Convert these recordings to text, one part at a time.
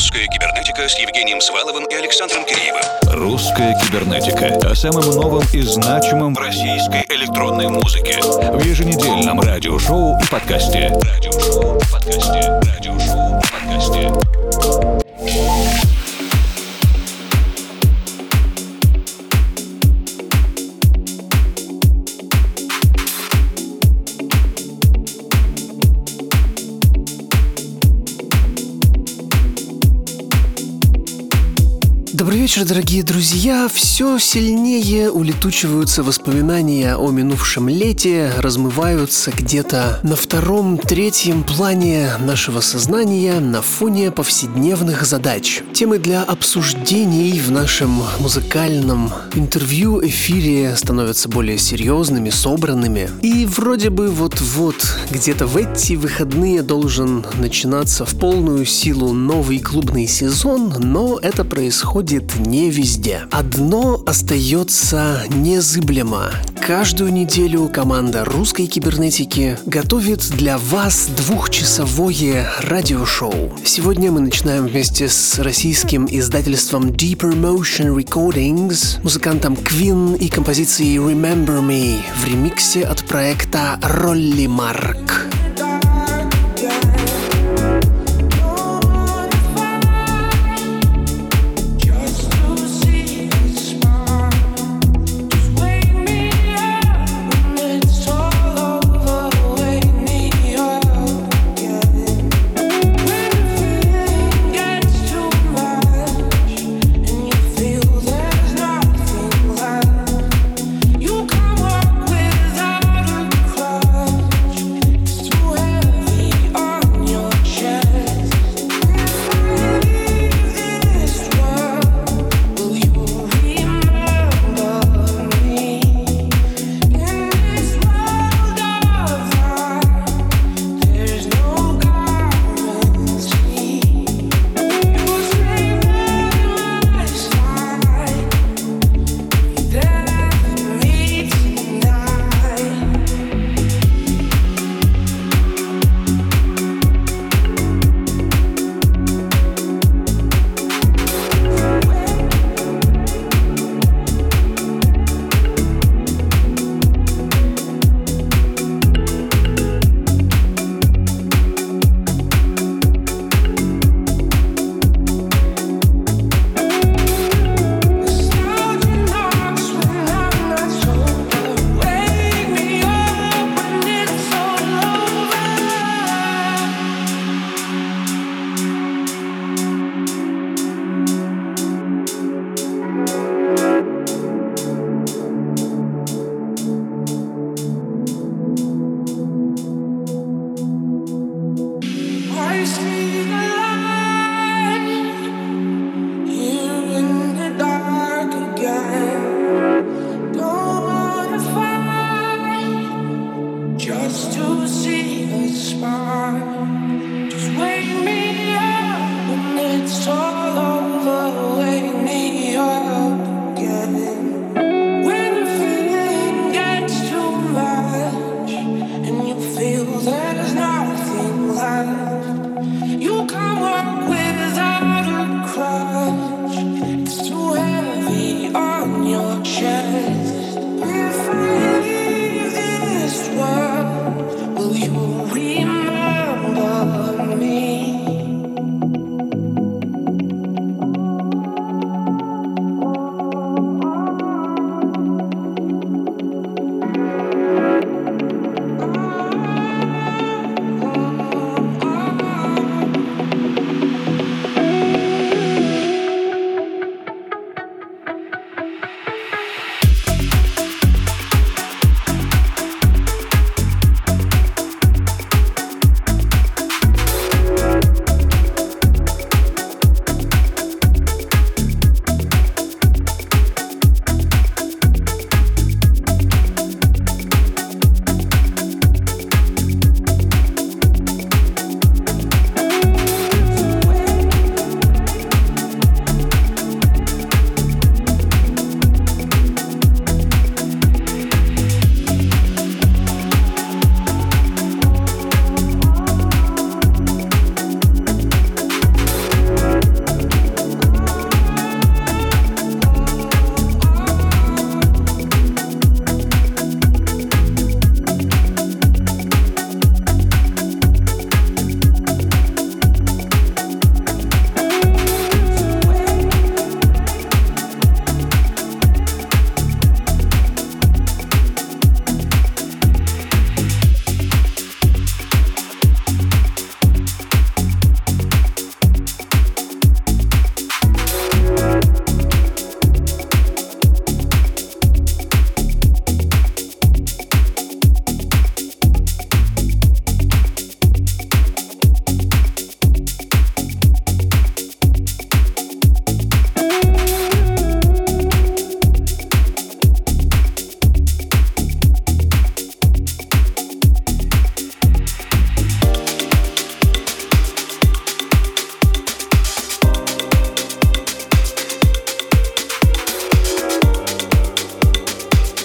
«Русская кибернетика» с Евгением Сваловым и Александром Киреевым. «Русская кибернетика» о самом новом и значимом в российской электронной музыке. В еженедельном радиошоу и подкасте. Радиошоу и подкасте. Добрый вечер, дорогие друзья. Все сильнее улетучиваются воспоминания о минувшем лете, размываются где-то на втором-третьем плане нашего сознания на фоне повседневных задач. Темы для обсуждений в нашем музыкальном интервью-эфире становятся более серьезными, собранными. И вроде бы вот-вот, где-то в эти выходные должен начинаться в полную силу новый клубный сезон, но это происходит не везде. Одно остается незыблемо. Каждую неделю команда русской кибернетики готовит для вас двухчасовое радиошоу. Сегодня мы начинаем вместе с российским издательством Deeper Motion Recordings, музыкантом Queen и композицией Remember Me в ремиксе от проекта Rolly Mark.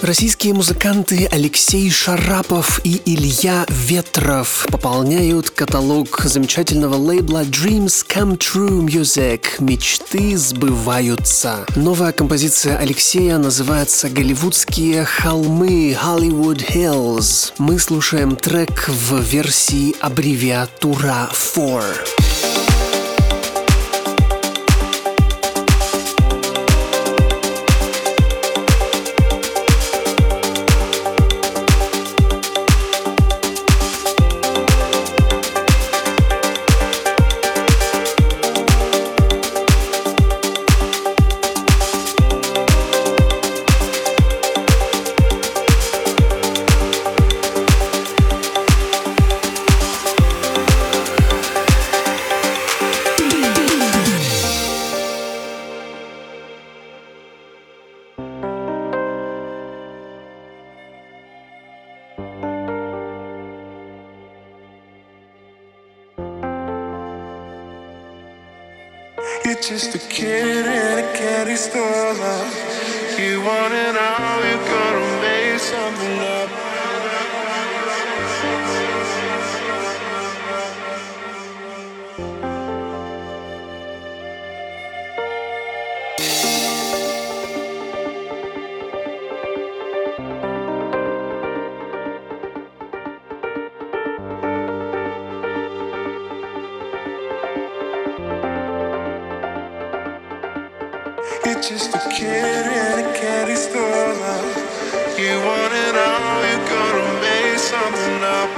Российские музыканты Алексей Шарапов и Илья Ветров пополняют каталог замечательного лейбла Dreams Come True Music. Мечты сбываются. Новая композиция Алексея называется «Голливудские холмы» Hollywood Hills. Мы слушаем трек в версии аббревиатура 4. You're just a kid in a candy store, love. You want it all, you're gonna make something up. You're just a kid in a candy store, love. You want it all, you're gonna make something up.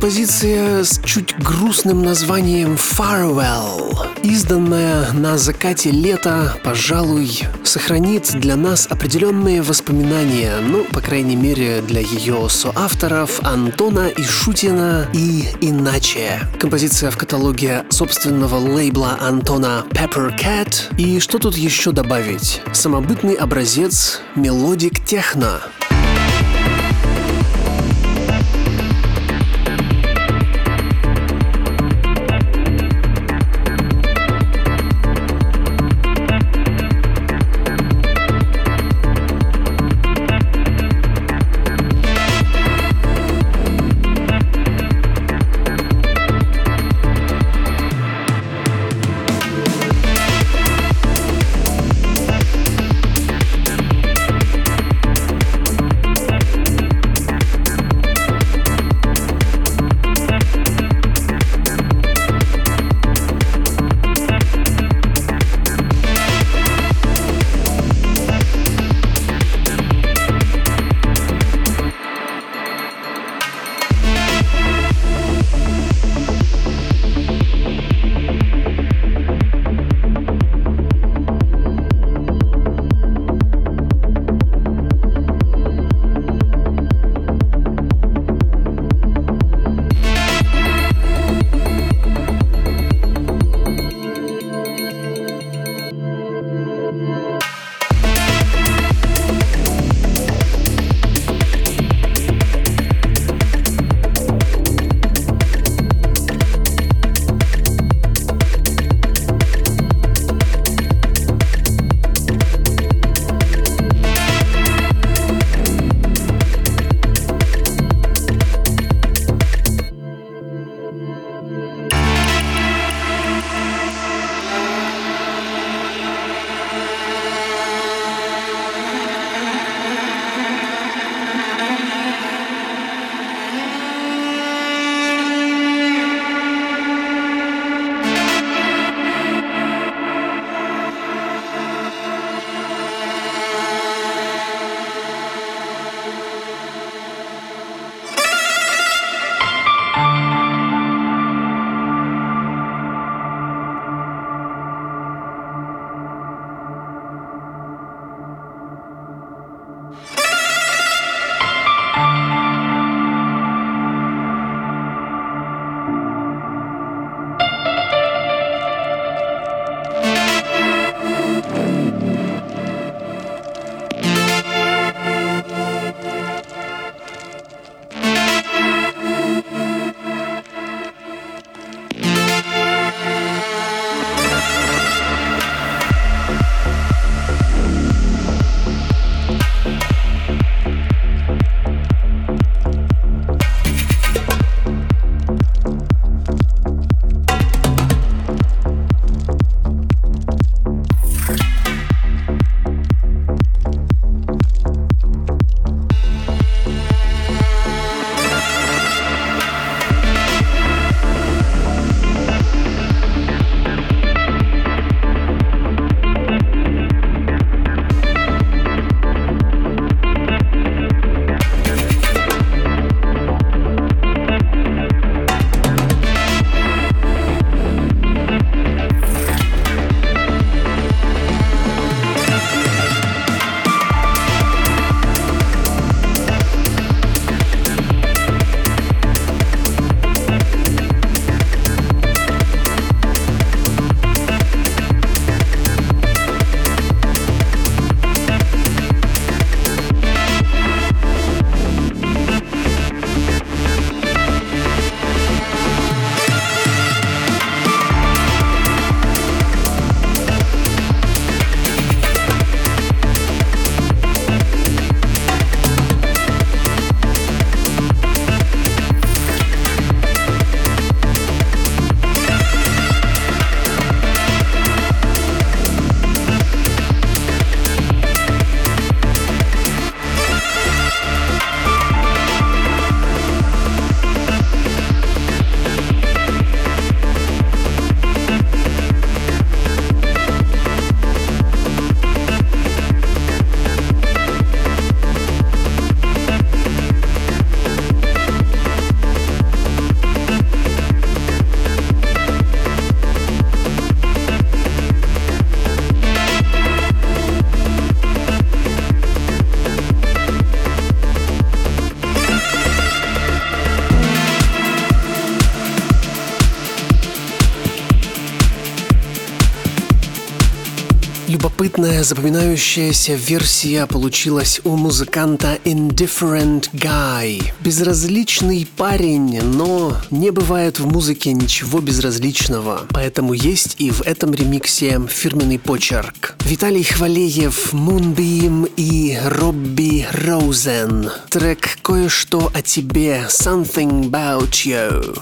композиция с чуть грустным названием Farewell, изданная на закате лета, пожалуй, сохранит для нас определенные воспоминания, ну, по крайней мере, для ее соавторов Антона Ишутина и «Иначе». Композиция в каталоге собственного лейбла Антона Pepper Cat. И что тут еще добавить? Самобытный образец мелодик техно. Любопытная, запоминающаяся версия получилась у музыканта Indifferent Guy. Безразличный парень, но не бывает в музыке ничего безразличного. Поэтому есть и в этом ремиксе фирменный почерк. Виталий Хвалеев, Moonbeam и Робби Роузен. Трек «Кое-что о тебе», Something About You.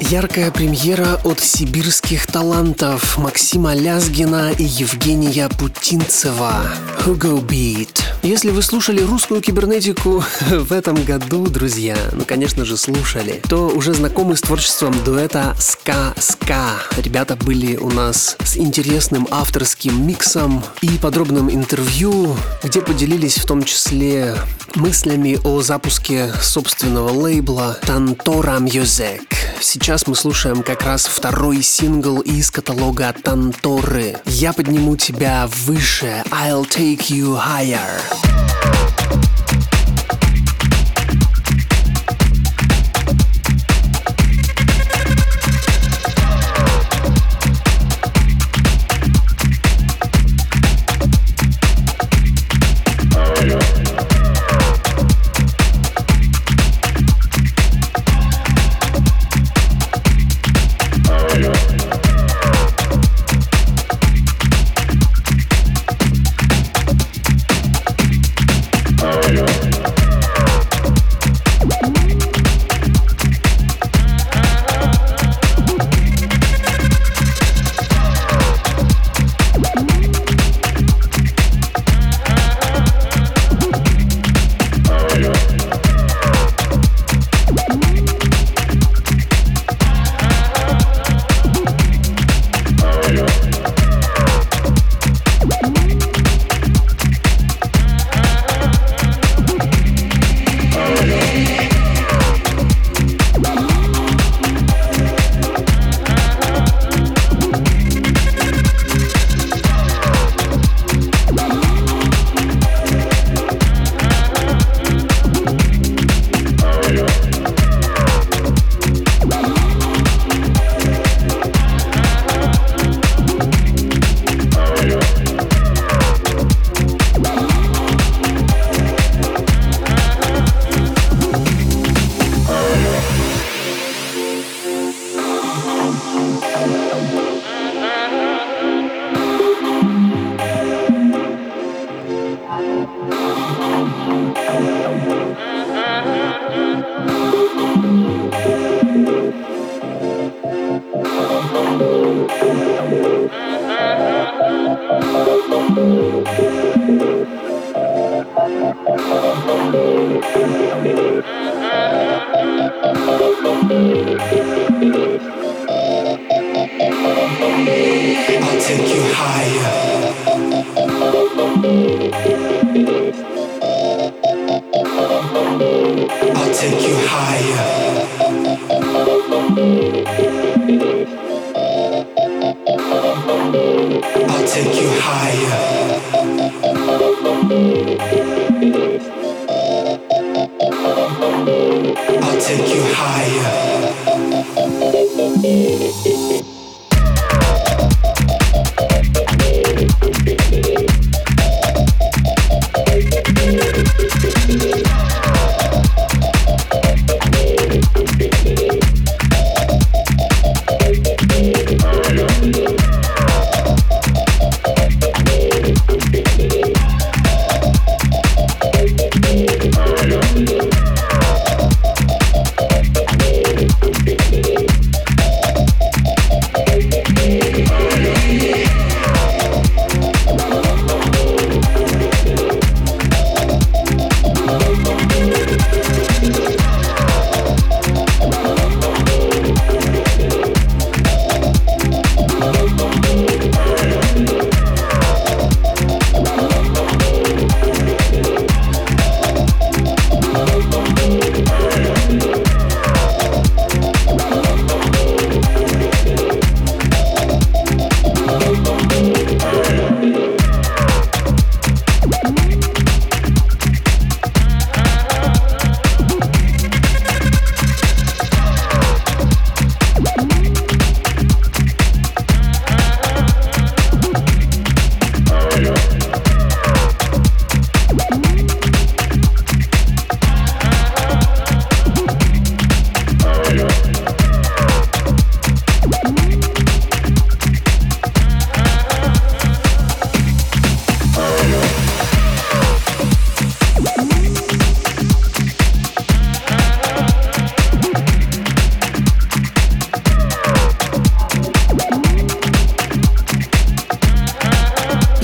Яркая премьера от сибирских талантов Максима Лязгина и Евгения Путинцева. Hugo Beat. Если вы слушали русскую кибернетику в этом году, друзья, конечно же слушали, то уже знакомы с творчеством дуэта Ска-Ска. Ребята были у нас с интересным авторским миксом и подробным интервью, где поделились в том числе мыслями о запуске собственного лейбла Tantora Music. Сейчас мы слушаем как раз второй сингл из каталога Танторы. «Я подниму тебя выше», I'll take you higher.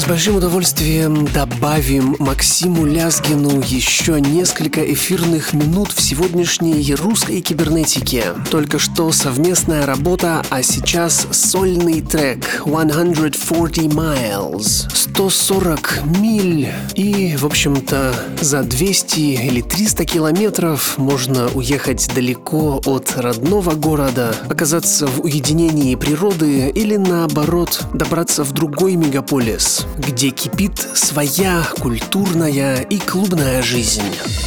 с большим удовольствием добавим Максиму Лязгину еще несколько эфирных минут в сегодняшней русской кибернетике. Только что совместная работа, а сейчас сольный трек 140 Miles. 140 миль. И, в общем-то, за 200 или 300 километров можно уехать далеко от родного города, оказаться в уединении природы или, наоборот, добраться в другой мегаполис, где кипит своя культурная и клубная жизнь.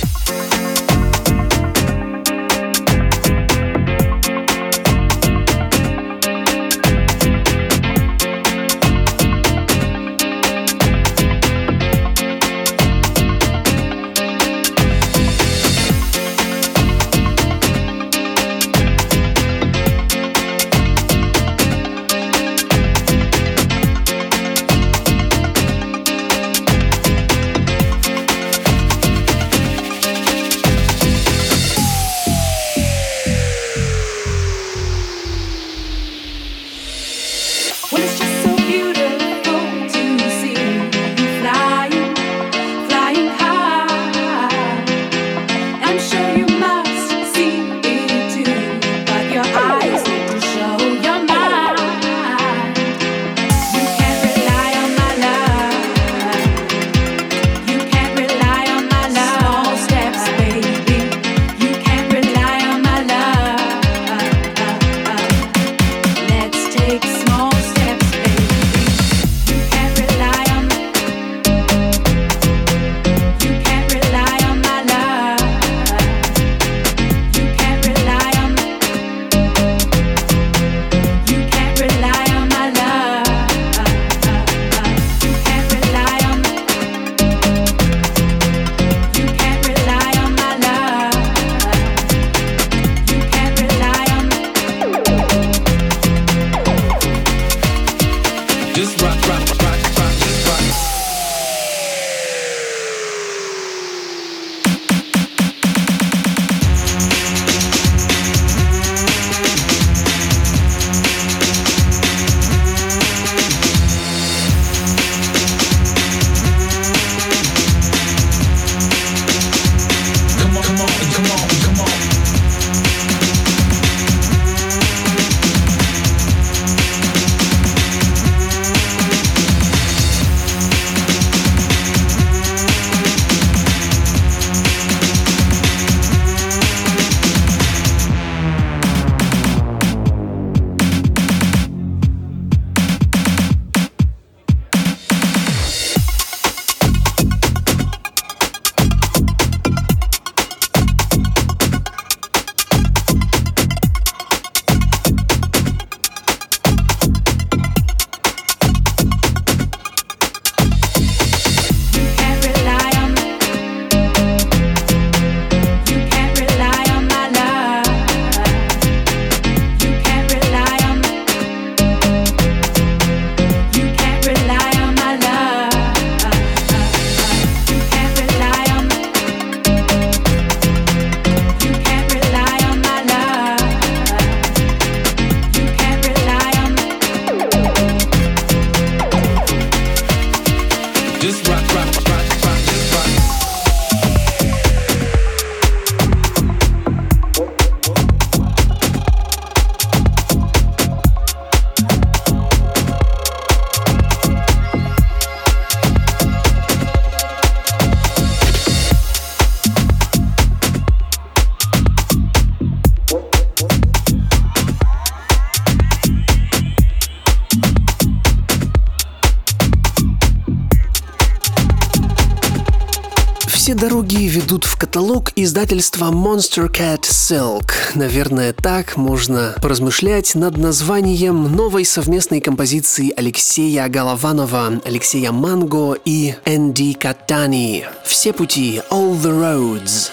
Все дороги ведут в каталог издательства Monster Cat Silk. Наверное, так можно поразмышлять над названием новой совместной композиции Алексея Голованова, Алексея Манго и Энди Катани. Все пути, all the roads.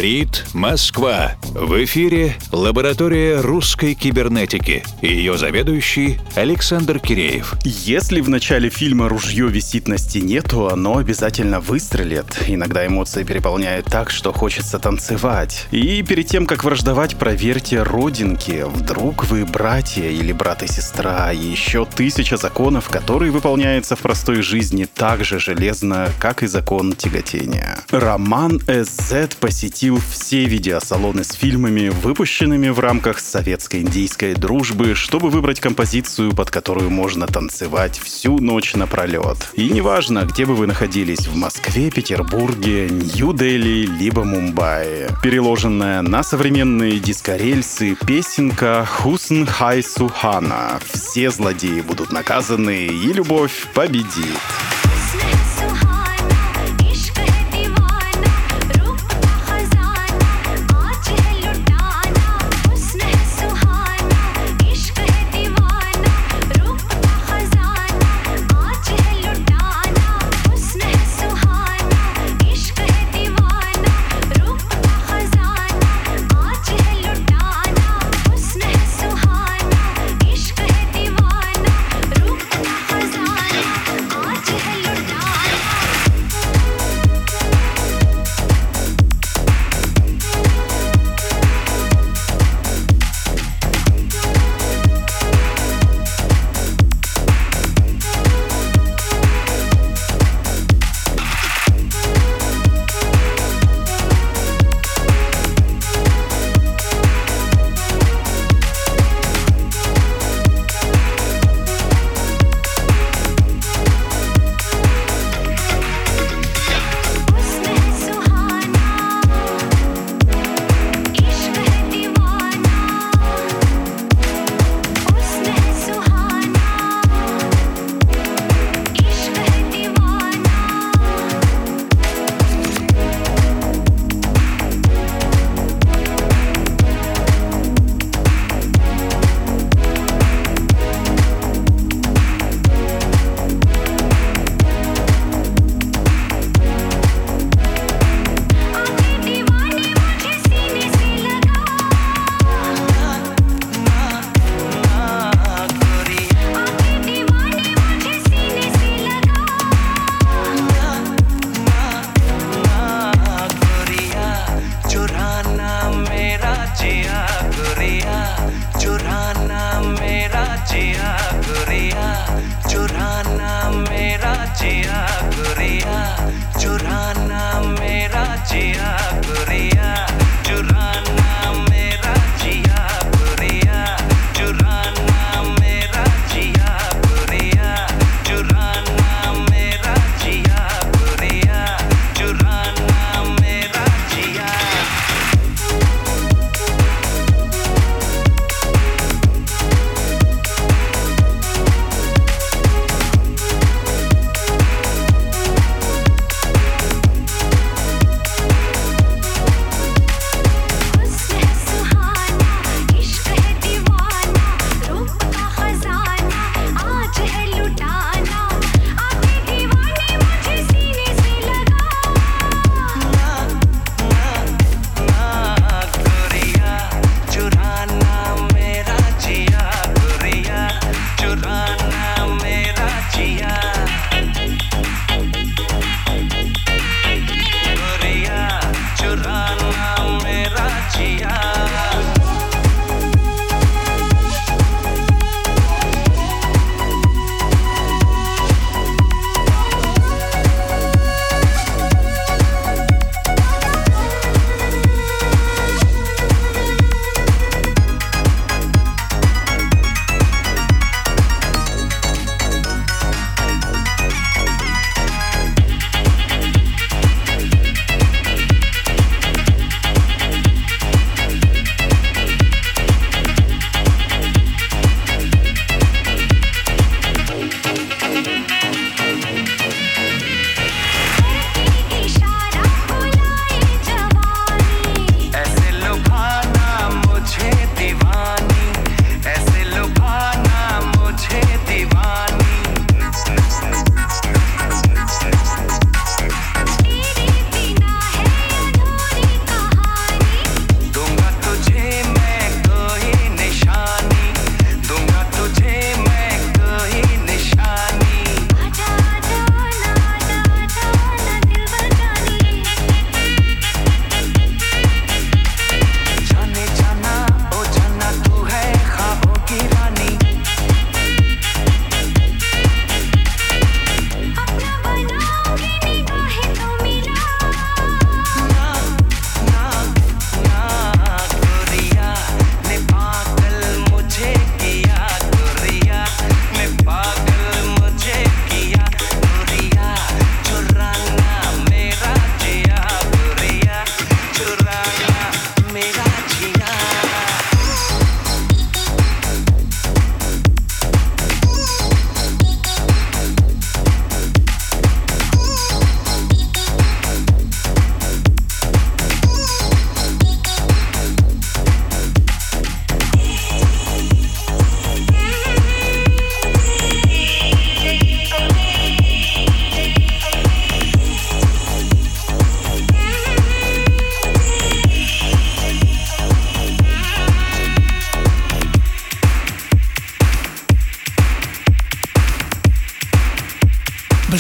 Говорит Москва. В эфире лаборатория русской кибернетики. Ее заведующий Александр Киреев. Если в начале фильма ружье висит на стене, то оно обязательно выстрелит. Иногда эмоции переполняют так, что хочется танцевать. И перед тем, как враждовать, проверьте родинки. Вдруг вы братья или брат и сестра. И еще 1000 законов, которые выполняются в простой жизни так же железно, как и закон тяготения. Роман СЗ посетил все видеосалоны с фильмами, выпущенными в рамках советско-индийской дружбы, чтобы выбрать композицию, под которую можно танцевать всю ночь напролет. И неважно, где бы вы находились, в Москве, Петербурге, Нью-Дели, либо Мумбаи. Переложенная на современные дискорельсы песенка «Хусн Хай Сухана». Все злодеи будут наказаны, и любовь победит.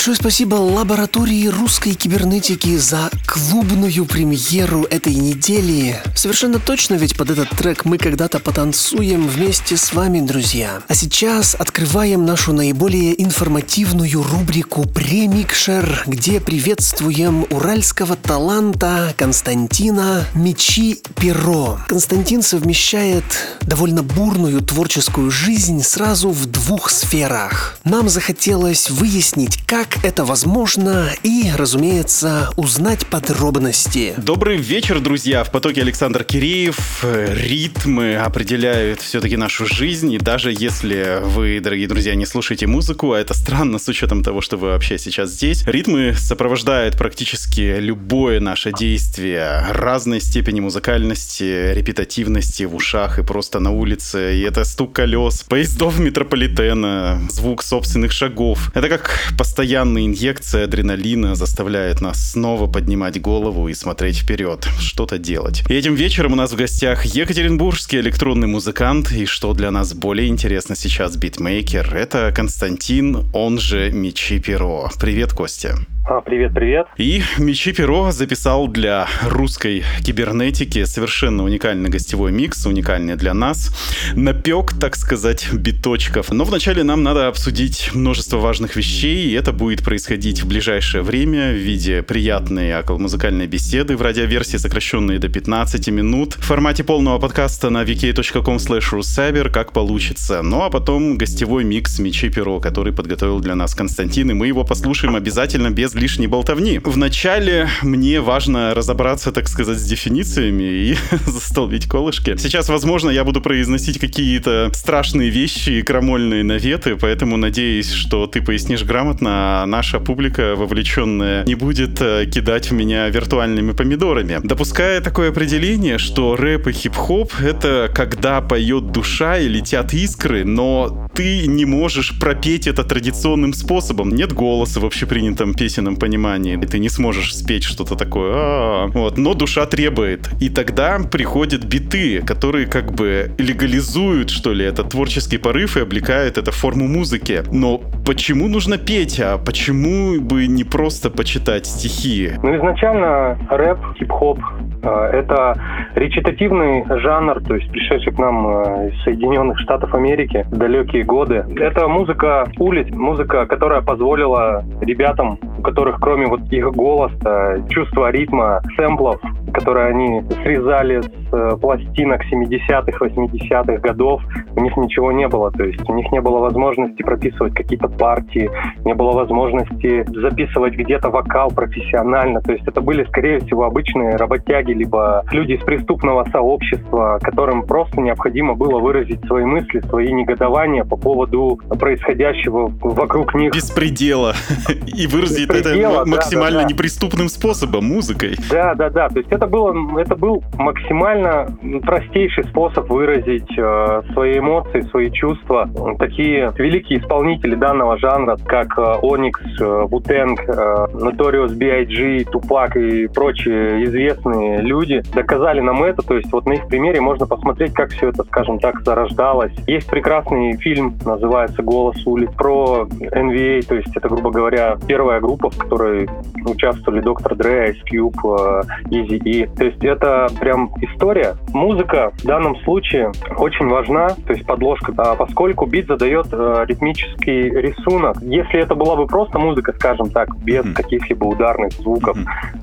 Большое спасибо лаборатории русской кибернетики за клубную премьеру этой недели. Совершенно точно, ведь под этот трек мы когда-то потанцуем вместе с вами, друзья. А сейчас открываем нашу наиболее информативную рубрику «Премикшер», где приветствуем уральского таланта Константина «Мечи Перо». Константин совмещает довольно бурную творческую жизнь сразу в двух сферах. Нам захотелось выяснить, как это возможно, и, разумеется, узнать подробности. Добрый вечер, друзья! В потоке Александр Киреев. Ритмы определяют все-таки нашу жизнь, и даже если вы, дорогие друзья, не слушаете музыку, а это странно с учетом того, что вы вообще сейчас здесь, ритмы сопровождают практически любое наше действие, разной степени музыкальности, репетативности в ушах и просто на улице, и это стук колес, поездов метрополитена, звук собственных шагов. Это как постоянная инъекция адреналина заставляет нас снова поднимать голову и смотреть вперед, что-то делать. И этим вечером у нас в гостях екатеринбургский электронный музыкант, и что для нас более интересно сейчас, битмейкер, это Константин, он же Мечи Перо. Привет, Костя. Привет. И Мечи Перо записал для русской кибернетики совершенно уникальный гостевой микс, уникальный для нас. Напек, так сказать, биточков. Но вначале нам надо обсудить множество важных вещей, и это будет происходить в ближайшее время в виде приятной околомузыкальной беседы в радиоверсии, сокращенной до 15 минут, в формате полного подкаста на vk.com/russcyber, как получится. Ну а потом гостевой микс Мечи Перо, который подготовил для нас Константин, и мы его послушаем обязательно без лишней болтовни. Вначале мне важно разобраться, так сказать, с дефинициями и застолбить колышки. Сейчас, возможно, я буду произносить какие-то страшные вещи и крамольные наветы, поэтому надеюсь, что ты пояснишь грамотно, а наша публика, вовлеченная, не будет кидать в меня виртуальными помидорами. Допуская такое определение, что рэп и хип-хоп — это когда поет душа и летят искры, но ты не можешь пропеть это традиционным способом. Нет голоса в общепринятом песенном понимании, и ты не сможешь спеть что-то такое. Вот. Но душа требует. И тогда приходят биты, которые как бы легализуют, что ли, этот творческий порыв и облекают это в форму музыки. Но почему нужно петь, а почему бы не просто почитать стихи? Ну, изначально рэп, хип-хоп — это речитативный жанр, то есть пришедший к нам из Соединенных Штатов Америки в далекие годы. Это музыка улиц, музыка, которая позволила ребятам, у которых кроме вот их голоса, чувства ритма, сэмплов, которые они срезали с пластинок 70-х, 80-х годов, у них ничего не было. То есть у них не было возможности прописывать какие-то партии, не было возможности записывать где-то вокал профессионально. То есть это были, скорее всего, обычные работяги, либо люди из преступного сообщества, которым просто необходимо было выразить свои мысли, свои негодования по поводу происходящего вокруг них. Беспредела. И выразить это максимально неприступным способом, музыкой. Да. То есть это был максимально простейший способ выразить свои эмоции, свои чувства. Такие великие исполнители данного жанра, как Onyx, Wu-Tang, Notorious B.I.G., Tupac и прочие известные люди доказали нам это. То есть вот на их примере можно посмотреть, как все это, скажем так, зарождалось. Есть прекрасный фильм, называется «Голос улиц», про NBA, то есть это, грубо говоря, первая группа, в которой участвовали Доктор Dre, Ice Cube, Eazy-E. То есть это прям история. Музыка в данном случае очень важна, то есть подложка, поскольку бит задает ритмический рисунок. Если это была бы просто музыка, скажем так, без каких-либо ударных звуков,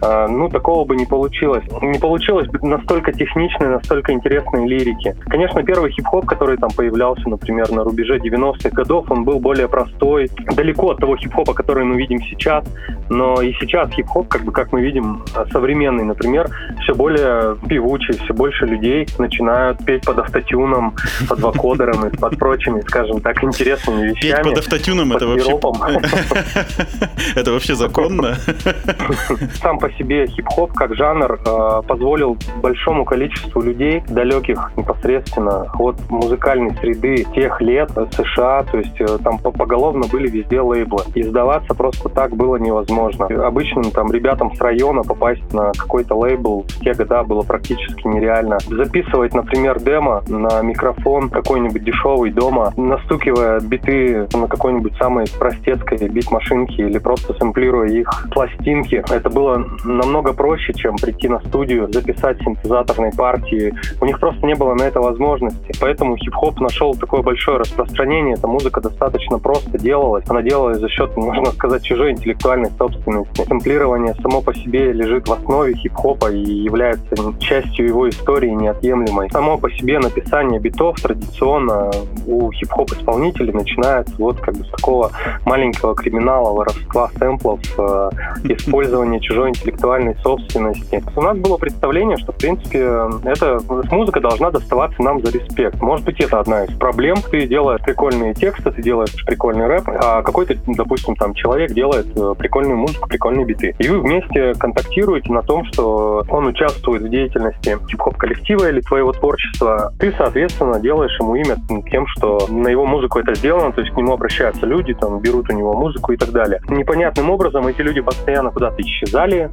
такого бы не получилось. Не получилось бы настолько техничной, настолько интересной лирики. Конечно, первый хип-хоп, который там появлялся, например, на рубеже 90-х годов, он был более простой, далеко от того хип-хопа, который мы видим сейчас, но и сейчас хип-хоп, как мы видим, современный, например, все более певучий, все больше людей начинают петь под автотюном, под вокодером и под прочими, скажем так, интересными вещами. Петь под автотюном — это вообще... Это вообще законно? Сам по себе хип-хоп как жанр позволил большому количеству людей, далеких непосредственно от музыкальной среды тех лет США, то есть там поголовно были везде лейблы. И сдаваться просто так было невозможно. Обычным там ребятам с района попасть на какой-то лейбл в те года было практически нереально. Записывать, например, демо на микрофон какой-нибудь дешевый дома, настукивая биты на какой-нибудь самой простецкой бит-машинке или просто сэмплируя их пластинки, это было намного проще, чем прийти на студию, записать синтезаторные партии. У них просто не было на это возможности. Поэтому хип-хоп нашел такое большое распространение. Эта музыка достаточно просто делалась. Она делалась за счет, можно сказать, чужой интеллектуальной собственности. Сэмплирование само по себе лежит в основе хип-хопа и является частью его истории неотъемлемой. Само по себе написание битов традиционно у хип-хоп-исполнителей начинается вот как бы с такого маленького криминала, воровства сэмплов, использования чужой интеллектуальной собственности. У нас было представление, что, в принципе, эта музыка должна доставаться нам за респект. Может быть, это одна из проблем. Ты делаешь прикольные тексты, ты делаешь прикольный рэп, а какой-то, допустим, там человек делает прикольную музыку, прикольные биты. И вы вместе контактируете на том, что он участвует в деятельности хип-хоп-коллектива или твоего творчества. Ты, соответственно, делаешь ему имя тем, что на его музыку это сделано, то есть к нему обращаются люди, там, берут у него музыку и так далее. Непонятным образом эти люди постоянно куда-то исчезали,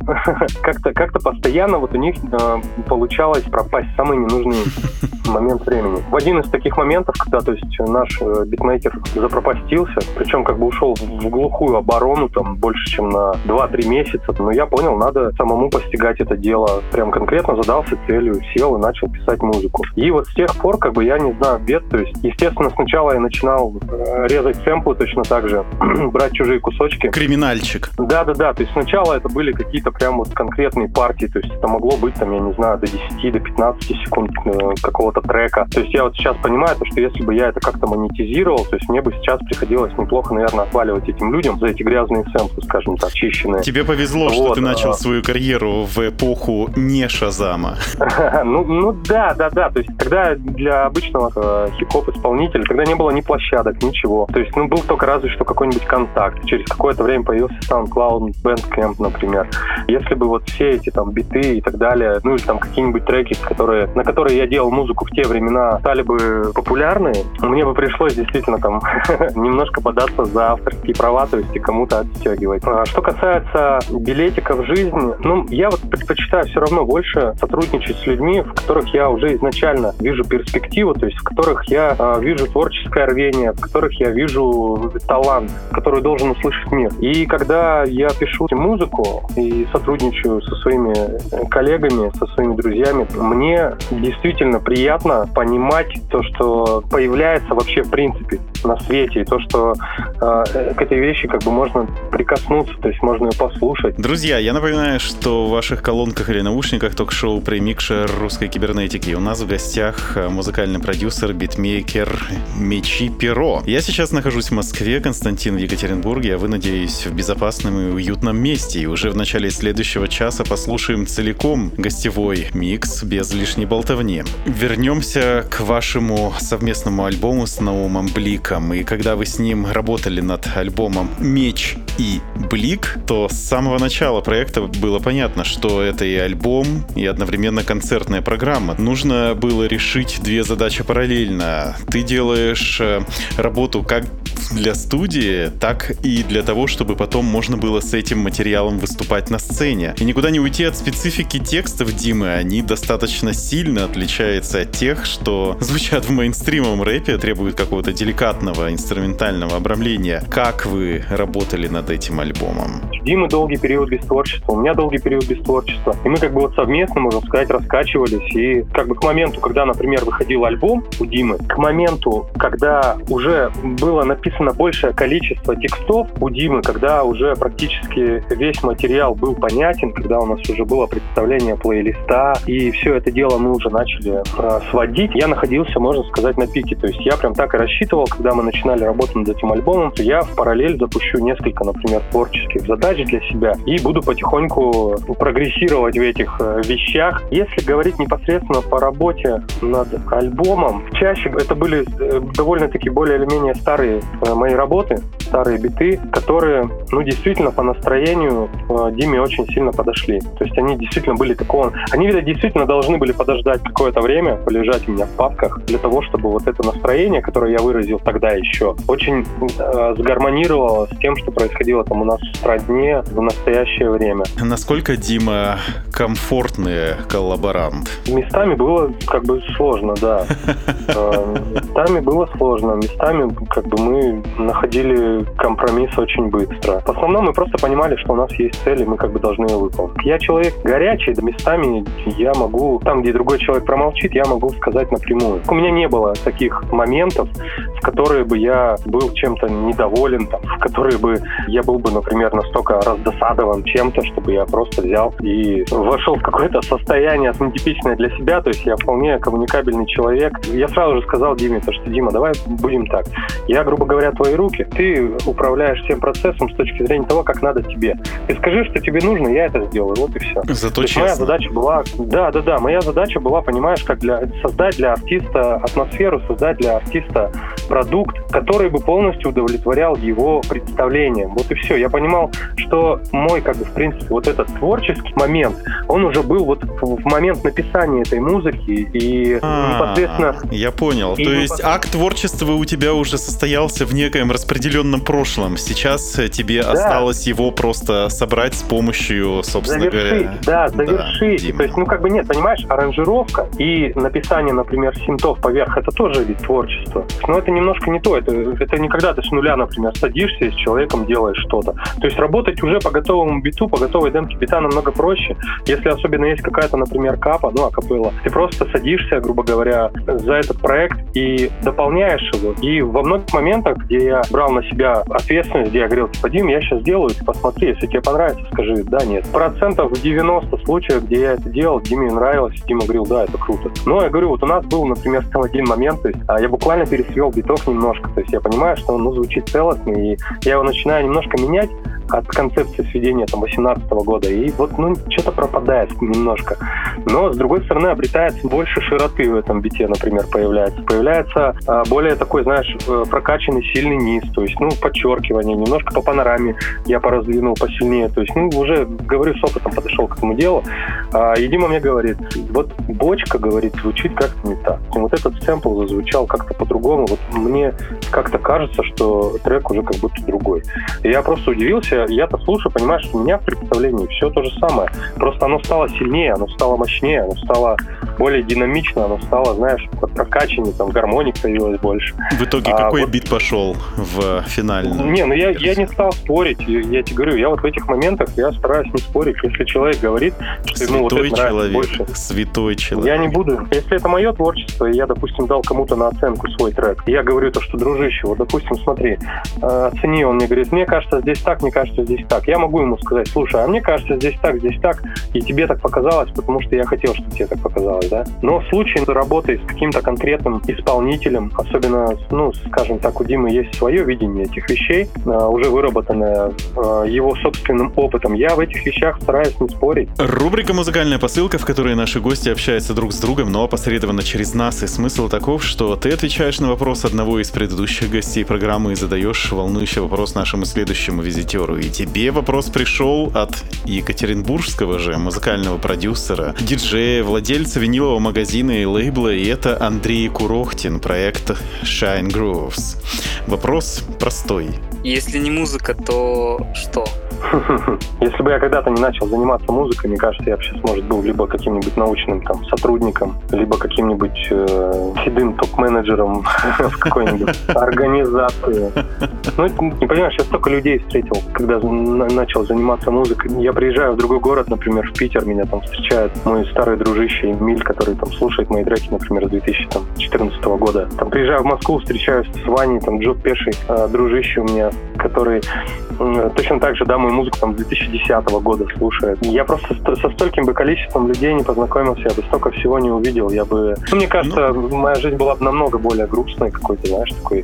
как-то постоянно вот у них получалось пропасть в самый ненужный момент времени. В один из таких моментов, когда, то есть, наш битмейкер запропастился, причем как бы ушел в глухую оборону, там, больше, чем на 2-3 месяца, но я понял, надо самому постигать это дело. Прям конкретно задался целью, сел и начал писать музыку. И вот с тех пор, как бы, я не знаю, бед, то есть, естественно, сначала я начинал резать сэмплы точно так же, брать чужие кусочки. Криминальчик. Да-да-да, то есть сначала это были какие-то прям вот конкретные партии, то есть это могло быть, там, я не знаю, до 10, до 15 секунд какого-то трека. То есть я вот сейчас понимаю, что если бы я это как-то монетизировал, то есть мне бы сейчас приходилось неплохо, наверное, отваливать этим людям за эти грязные сэмплы, скажем так, чищенные. Тебе повезло, что ты начал свою карьеру в эпоху не Шазама. Ну да, то есть тогда для обычного хип-хоп-исполнителя тогда не было ни площадок, ничего. То есть, был только разве что какой-нибудь контакт. Через какое-то время появился SoundCloud, Bandcamp, например. Если бы вот все эти там биты и так далее, ну или там какие-нибудь треки, на которые я делал музыку в те времена, стали бы популярны, мне бы пришлось действительно там немножко податься за авторские права, то есть и кому-то отстегивать. Что касается билетиков в жизнь, я вот предпочитаю все равно больше сотрудничать с людьми, в которых я уже изначально вижу перспективу, то есть в которых я вижу творческое рвение, в которых я вижу талант, который должен услышать мир. И когда я пишу музыку и сотрудничаю со своими коллегами, со своими друзьями, мне действительно приятно понимать то, что появляется вообще в принципе на свете, и то, что к этой вещи как бы можно прикоснуться, то есть можно ее послушать. Друзья, я напоминаю, что в ваших колонках или наушниках ток-шоу «Премикшер русской кибернетики». У нас в гостях музыкальный продюсер, битмейкер Мечи Перо. Я сейчас нахожусь в Москве, Константин в Екатеринбурге, а вы, надеюсь, в безопасном и уютном месте. И уже в начале следующего часа послушаем целиком гостевой микс без лишней болтовни. Вернемся к вашему совместному альбому с Наумом Бликом. И когда вы с ним работали над альбомом «Меч и Блик», то с самого начала проекта было понятно, что это и альбом, и одновременно концертная программа. Нужно было решить две задачи параллельно. Ты делаешь работу как для студии, так и для того, чтобы потом можно было с этим материалом выступать на сцене. И никуда не уйти от специфики текстов Димы. Они достаточно сильно отличаются от тех, что звучат в мейнстримовом рэпе, требуют какого-то деликатного инструментального обрамления. Как вы работали над этим альбомом? У Димы долгий период без творчества, у меня долгий период без творчества. И мы как бы вот совместно, можно сказать, раскачивались. И как бы к моменту, когда, например, выходил альбом у Димы, к моменту, когда уже было написано большее количество текстов у Димы, когда уже практически весь материал был понятен, когда у нас уже было представление плейлиста, и все это дело мы уже начали сводить, я находился, можно сказать, на пике. То есть я прям так и рассчитывал, когда мы начинали работать над этим альбомом, то я в параллель запущу несколько, например, творческих задач для себя и буду потихоньку прогрессировать в этих вещах. Если говорить непосредственно по работе над альбомом, чаще это были довольно-таки более или менее старые мои работы. старые биты, которые, действительно по настроению Диме очень сильно подошли. То есть они действительно были такого... Они, видать, действительно должны были подождать какое-то время, полежать у меня в папках, для того, чтобы вот это настроение, которое я выразил тогда еще, очень сгармонировало с тем, что происходило там у нас в стране в настоящее время. Насколько Дима комфортный коллаборант? Местами было сложно, да. Местами было сложно. Местами мы находили компромисс очень быстро. В основном мы просто понимали, что у нас есть цель, и мы должны ее выполнить. Я человек горячий, да местами я могу, там, где другой человек промолчит, я могу сказать напрямую. У меня не было таких моментов, в которые бы я был чем-то недоволен, в которые бы я был бы, например, настолько раздосадован чем-то, чтобы я просто взял и вошел в какое-то состояние нетипичное для себя, то есть я вполне коммуникабельный человек. Я сразу же сказал Диме, что Дима, давай будем так. Я, грубо говоря, твои руки, ты управляешь всем процессом с точки зрения того, как надо тебе. Ты скажи, что тебе нужно, я это сделаю, вот и все. Зато честно. Моя задача была, моя задача была, понимаешь, создать для артиста атмосферу, создать для артиста продукт, который бы полностью удовлетворял его представлениям. Вот и все. Я понимал, что мой, в принципе, вот этот творческий момент, он уже был вот в момент написания этой музыки и непосредственно... Я понял. То есть акт творчества у тебя уже состоялся в некоем распределенном прошлом. Сейчас тебе осталось его просто собрать с помощью, собственно говоря... завершить. Дима. То есть, нет, понимаешь, аранжировка и написание, например, синтов поверх, это тоже вид творчества. Но это немножко не то. Это не когда ты с нуля, например, садишься и с человеком делаешь что-то. То есть работать уже по готовому биту, по готовой демке бита намного проще. Если особенно есть какая-то, например, акапелла, ты просто садишься, грубо говоря, за этот проект и дополняешь его. И во многих моментах, где я брал на себя ответственность, где я говорил, Дим, я сейчас сделаю, ты посмотри, если тебе понравится, скажи да, нет. 90% случаев, где я это делал, Диме нравилось, Дима говорил, да, это круто. Но я говорю, вот у нас был, например, один момент, то есть я буквально пересвел битов немножко, то есть я понимаю, что он звучит целостно, и я его начинаю немножко менять от концепции сведения 18 года, и вот, что-то пропадает немножко. Но, с другой стороны, обретается больше широты в этом бите, например, появляется. Появляется более такой, знаешь, прокачанный сильный низ, то есть, подчеркивание, немножко по панораме я пораздвинул посильнее, то есть, уже, говорю, с опытом подошел к этому делу. И Дима мне говорит, вот бочка, говорит, звучит как-то не так. И вот этот сэмпл зазвучал как-то по-другому, вот мне как-то кажется, что трек уже как будто другой. И я просто удивился, я-то слушаю, понимаешь, что у меня в представлении все то же самое. Просто оно стало сильнее, оно стало мощнее, оно стало более динамично, оно стало, знаешь, прокачаннее, гармоник появилось больше. В итоге какой бит пошел в финальном? Не, я не стал спорить, я тебе говорю, я вот в этих моментах я стараюсь не спорить. Если человек говорит, что ему вот это нравится больше. Святой человек. Я не буду. Если это мое творчество, и я, допустим, дал кому-то на оценку свой трек, я говорю то, что, дружище, вот, допустим, смотри, оцени, он мне говорит, мне кажется, здесь так, мне кажется, здесь так. Я могу ему сказать, слушай, а мне кажется, здесь так, и тебе так показалось, потому что я хотел, чтобы тебе так показалось, да? Но в случае работы с каким-то конкретным исполнителем, особенно, скажем так, у Димы есть свое видение этих вещей, уже выработанное его собственным опытом, я в этих вещах стараюсь не спорить. Рубрика «Музыкальная посылка», в которой наши гости общаются друг с другом, но опосредованно через нас, и смысл таков, что ты отвечаешь на вопрос одного из предыдущих гостей программы и задаешь волнующий вопрос нашему следующему визитеру. И тебе вопрос пришел от екатеринбургского же музыкального продюсера, диджея, владельца винилового магазина и лейбла, и это Андрей Курохтин, проект Shine Grooves. Вопрос простой. Если не музыка, то что? Если бы я когда-то не начал заниматься музыкой, мне кажется, я бы сейчас, может, был либо каким-нибудь научным сотрудником, либо каким-нибудь седым топ-менеджером в какой-нибудь организации. Не понимаешь, я столько людей встретил, когда начал заниматься музыкой. Я приезжаю в другой город, например, в Питер, меня там встречает мой старый дружище Эмиль, который слушает мои треки, например, с 2014 года. Приезжаю в Москву, встречаюсь с Ваней, Джо Пешей, дружище у меня, который точно так же, мою музыку с 2010 года слушает. Я просто со стольким бы количеством людей не познакомился, я бы столько всего не увидел, я бы... мне кажется, моя жизнь была бы намного более грустной какой-то, знаешь, такой...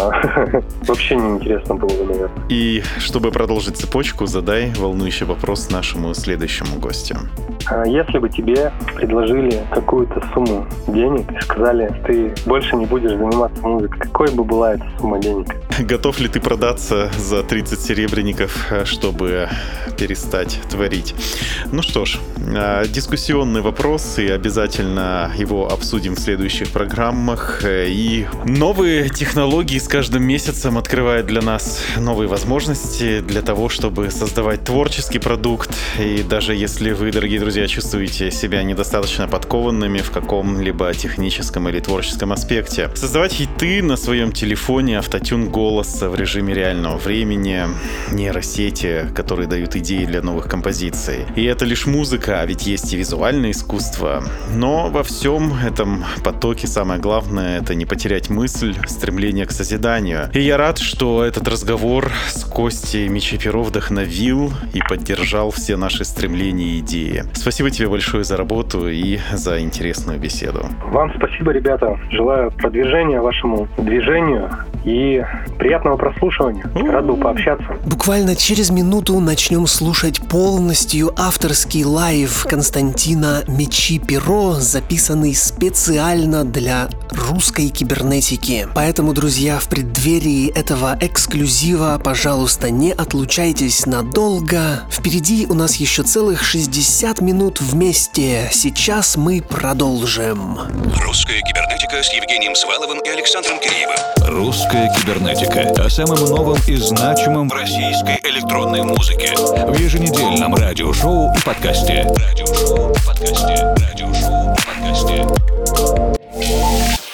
Вообще неинтересно было бы, наверное. И чтобы продолжить цепочку, задай волнующий вопрос нашему следующему гостю. Если бы тебе предложили какую-то сумму денег и сказали, ты больше не будешь заниматься музыкой, какой бы была эта сумма денег? Готов ли ты продаться за 30 серебряников, чтобы перестать творить? Ну что ж, дискуссионный вопрос, и обязательно его обсудим в следующих программах. И новые технологии с каждым месяцем открывают для нас новые возможности для того, чтобы создавать творческий продукт. И даже если вы, дорогие друзья, чувствуете себя недостаточно подкованными в каком-либо техническом или творческом аспекте, создавать хиты на своем телефоне, автотюн голоса в режиме реального времени, нейросети, которые дают идеи для новых композиций. И это лишь музыка, а ведь есть и визуальное искусство. Но во всем этом потоке самое главное — это не потерять мысль, стремление к созиданию. И я рад, что этот разговор с Костей Мечи-Перо вдохновил и поддержал все наши стремления и идеи. Спасибо тебе большое за работу и за интересную беседу. Вам спасибо, ребята. Желаю продвижения вашему движению и приятного прослушивания. Рад был пообщаться. Буквально через минуту начнем слушать полностью авторский лайв Константина Мечи-Перо, записанный специально для русской кибернетики. Поэтому, друзья, в преддверии этого эксклюзива, пожалуйста, не отлучайтесь надолго. Впереди у нас еще целых 60 минут вместе. Сейчас мы продолжим. Русская кибернетика с Евгением Сваловым и Александром Киреевым. Русская кибернетика о самом новом и значимом в российской электронной музыке. В еженедельном радиошоу и подкасте. Радиошоу и подкасте.